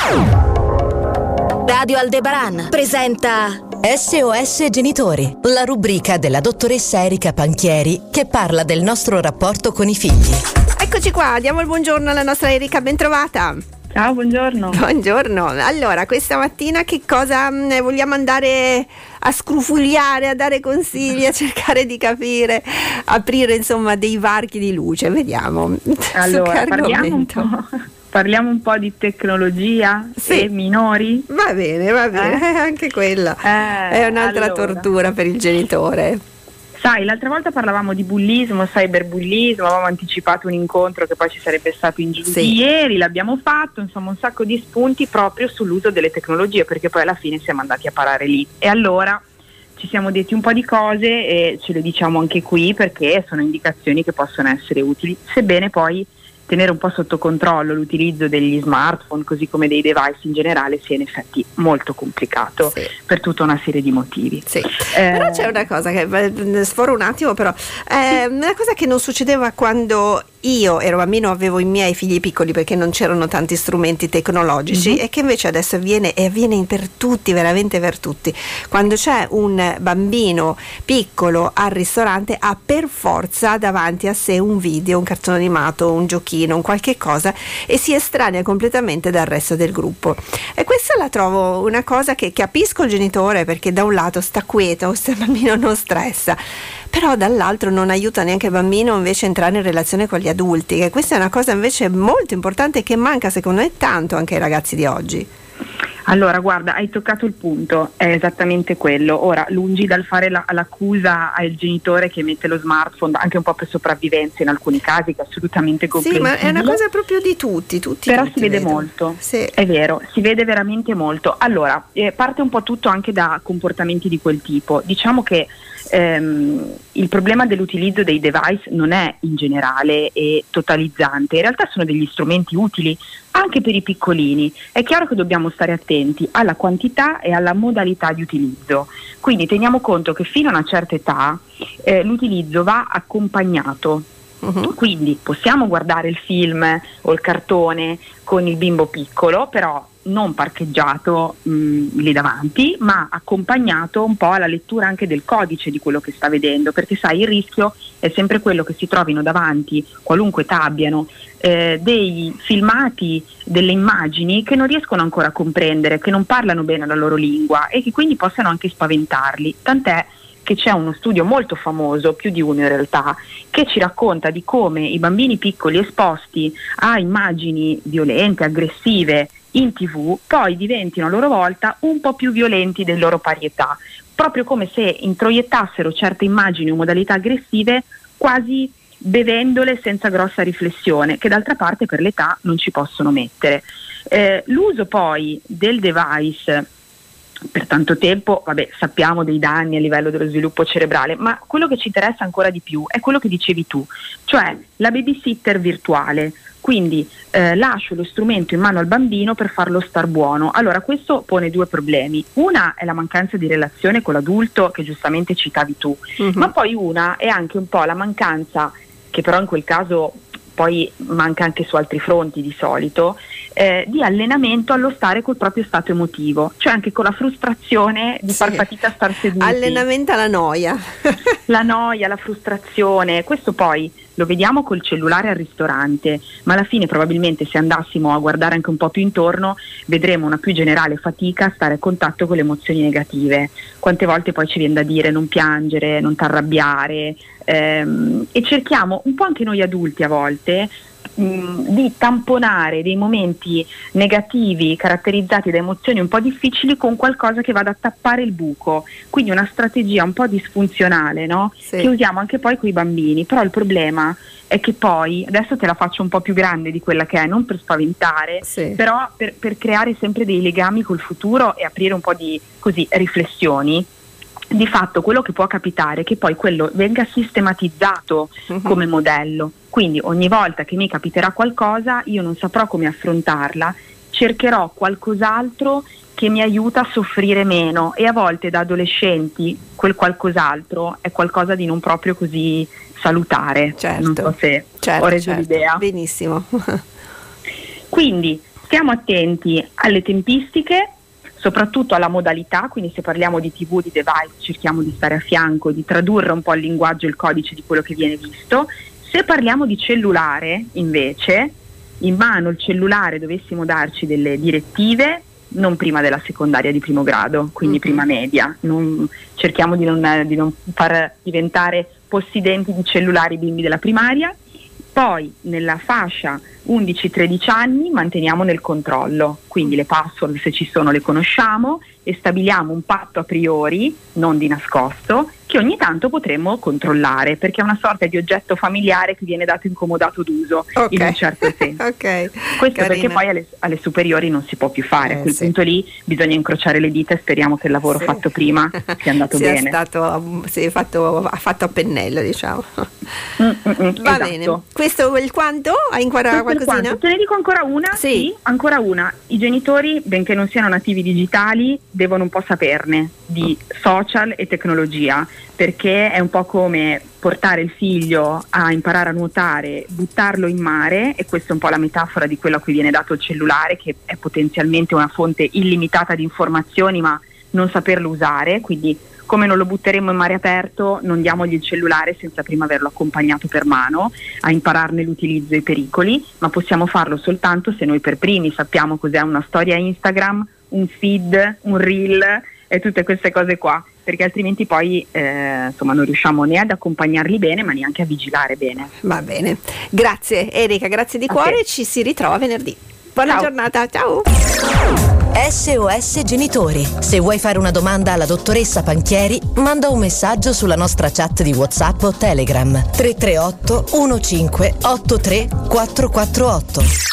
Radio Aldebaran presenta SOS Genitori, la rubrica della dottoressa Erika Panchieri che parla del nostro rapporto con i figli. Eccoci qua, diamo il buongiorno alla nostra Erika, ben trovata. Ciao, buongiorno. Buongiorno. Allora, questa mattina che cosa vogliamo andare a scrufugliare, a dare consigli, a cercare di capire, aprire insomma dei varchi di luce, vediamo. Allora, parliamo un po' di tecnologia e minori? Va bene, anche quella è un'altra tortura per il genitore. Sai, l'altra volta parlavamo di bullismo, cyberbullismo, avevamo anticipato un incontro che poi ci sarebbe stato in giù di ieri, l'abbiamo fatto, insomma un sacco di spunti proprio sull'uso delle tecnologie, perché poi alla fine siamo andati a parare lì. E allora ci siamo detti un po' di cose e ce le diciamo anche qui perché sono indicazioni che possono essere utili, sebbene poi tenere un po' sotto controllo l'utilizzo degli smartphone, così come dei device in generale, sia in effetti molto complicato per tutta una serie di motivi. Però c'è una cosa che sforo un attimo, però una cosa che non succedeva quando io ero bambino, avevo i miei figli piccoli perché non c'erano tanti strumenti tecnologici, e che invece adesso avviene per tutti, veramente per tutti. Quando c'è un bambino piccolo al ristorante ha per forza davanti a sé un video, un cartone animato, un giochino, un qualche cosa, e si estranea completamente dal resto del gruppo. E questa la trovo una cosa che capisco il genitore, perché da un lato sta quieto, questo bambino non stressa, però dall'altro non aiuta neanche il bambino invece a entrare in relazione con gli adulti, che questa è una cosa invece molto importante che manca secondo me tanto anche ai ragazzi di oggi. Allora, guarda, hai toccato il punto, è esattamente quello. Ora, lungi dal fare l'accusa al genitore che mette lo smartphone, anche un po' per sopravvivenza in alcuni casi, che è assolutamente comprensibile. Sì, ma è una cosa proprio di tutti. Però si vede molto, è vero, si vede veramente molto. Allora, parte un po' tutto anche da comportamenti di quel tipo. Diciamo che il problema dell'utilizzo dei device non è in generale e totalizzante, in realtà sono degli strumenti utili anche per i piccolini. È chiaro che dobbiamo stare attenti alla quantità e alla modalità di utilizzo, quindi teniamo conto che fino a una certa età l'utilizzo va accompagnato. Quindi possiamo guardare il film o il cartone con il bimbo piccolo, però non parcheggiato lì davanti, ma accompagnato un po' alla lettura anche del codice di quello che sta vedendo, perché sai, il rischio è sempre quello che si trovino davanti, qualunque età abbiano, dei filmati, delle immagini che non riescono ancora a comprendere, che non parlano bene la loro lingua e che quindi possano anche spaventarli, tant'è che c'è uno studio molto famoso, più di uno in realtà, che ci racconta di come i bambini piccoli esposti a immagini violente, aggressive in TV, poi diventino a loro volta un po' più violenti del loro pari età, proprio come se introiettassero certe immagini o modalità aggressive quasi bevendole senza grossa riflessione, che d'altra parte per l'età non ci possono mettere. L'uso poi del device per tanto tempo, sappiamo dei danni a livello dello sviluppo cerebrale, ma quello che ci interessa ancora di più è quello che dicevi tu, cioè la babysitter virtuale. Quindi lascio lo strumento in mano al bambino per farlo star buono. Allora, questo pone due problemi. Una è la mancanza di relazione con l'adulto, che giustamente citavi tu, ma poi una è anche un po' la mancanza, che però in quel caso poi manca anche su altri fronti di solito, di allenamento allo stare col proprio stato emotivo, cioè anche con la frustrazione di far fatica a star seduti. Allenamento alla noia. La noia, la frustrazione, questo poi lo vediamo col cellulare al ristorante, ma alla fine probabilmente se andassimo a guardare anche un po' più intorno vedremo una più generale fatica a stare a contatto con le emozioni negative. Quante volte poi ci viene da dire non piangere, non t'arrabbiare, e cerchiamo un po' anche noi adulti a volte di tamponare dei momenti negativi caratterizzati da emozioni un po' difficili con qualcosa che vada a tappare il buco, quindi una strategia un po' disfunzionale, no? Che usiamo anche poi con i bambini. Però il problema è che poi, adesso te la faccio un po' più grande di quella che è, non per spaventare, però per creare sempre dei legami col futuro e aprire un po' di riflessioni. Di fatto quello che può capitare è che poi quello venga sistematizzato come modello, quindi ogni volta che mi capiterà qualcosa io non saprò come affrontarla, cercherò qualcos'altro che mi aiuta a soffrire meno, e a volte da adolescenti quel qualcos'altro è qualcosa di non proprio così salutare. Non so se ho reso l'idea. Benissimo. Quindi Stiamo attenti alle tempistiche, soprattutto alla modalità, quindi se parliamo di TV, di device, cerchiamo di stare a fianco, di tradurre un po' il linguaggio e il codice di quello che viene visto. Se parliamo di cellulare, invece, in mano il cellulare dovessimo darci delle direttive non prima della secondaria di primo grado, quindi prima media. Cerchiamo di non far diventare possidenti di cellulari i bimbi della primaria. Poi nella fascia 11-13 anni manteniamo nel controllo, quindi le password, se ci sono, le conosciamo e stabiliamo un patto a priori, non di nascosto, che ogni tanto potremmo controllare, perché è una sorta di oggetto familiare che viene dato incomodato d'uso, in un certo senso. Questo perché poi alle superiori non si può più fare, a quel punto lì bisogna incrociare le dita e speriamo che il lavoro fatto prima sia andato bene. Ha fatto a pennello, diciamo. Va bene. Questo è il quanto? Hai ancora qualcosina? Te ne dico ancora una? Sì, ancora una. I genitori, benché non siano nativi digitali, devono un po' saperne di social e tecnologia, perché è un po' come portare il figlio a imparare a nuotare, buttarlo in mare, e questa è un po' la metafora di quello a cui viene dato il cellulare, che è potenzialmente una fonte illimitata di informazioni, ma non saperlo usare. Quindi, come non lo butteremo in mare aperto, non diamogli il cellulare senza prima averlo accompagnato per mano a impararne l'utilizzo e i pericoli, ma possiamo farlo soltanto se noi per primi sappiamo cos'è una storia Instagram, un feed, un reel e tutte queste cose qua, perché altrimenti poi non riusciamo né ad accompagnarli bene, ma neanche a vigilare bene. Va bene, grazie Erika, grazie di cuore, ci si ritrova venerdì. Buona giornata, ciao! SOS Genitori. Se vuoi fare una domanda alla dottoressa Panchieri, manda un messaggio sulla nostra chat di WhatsApp o Telegram 338 15 83 448.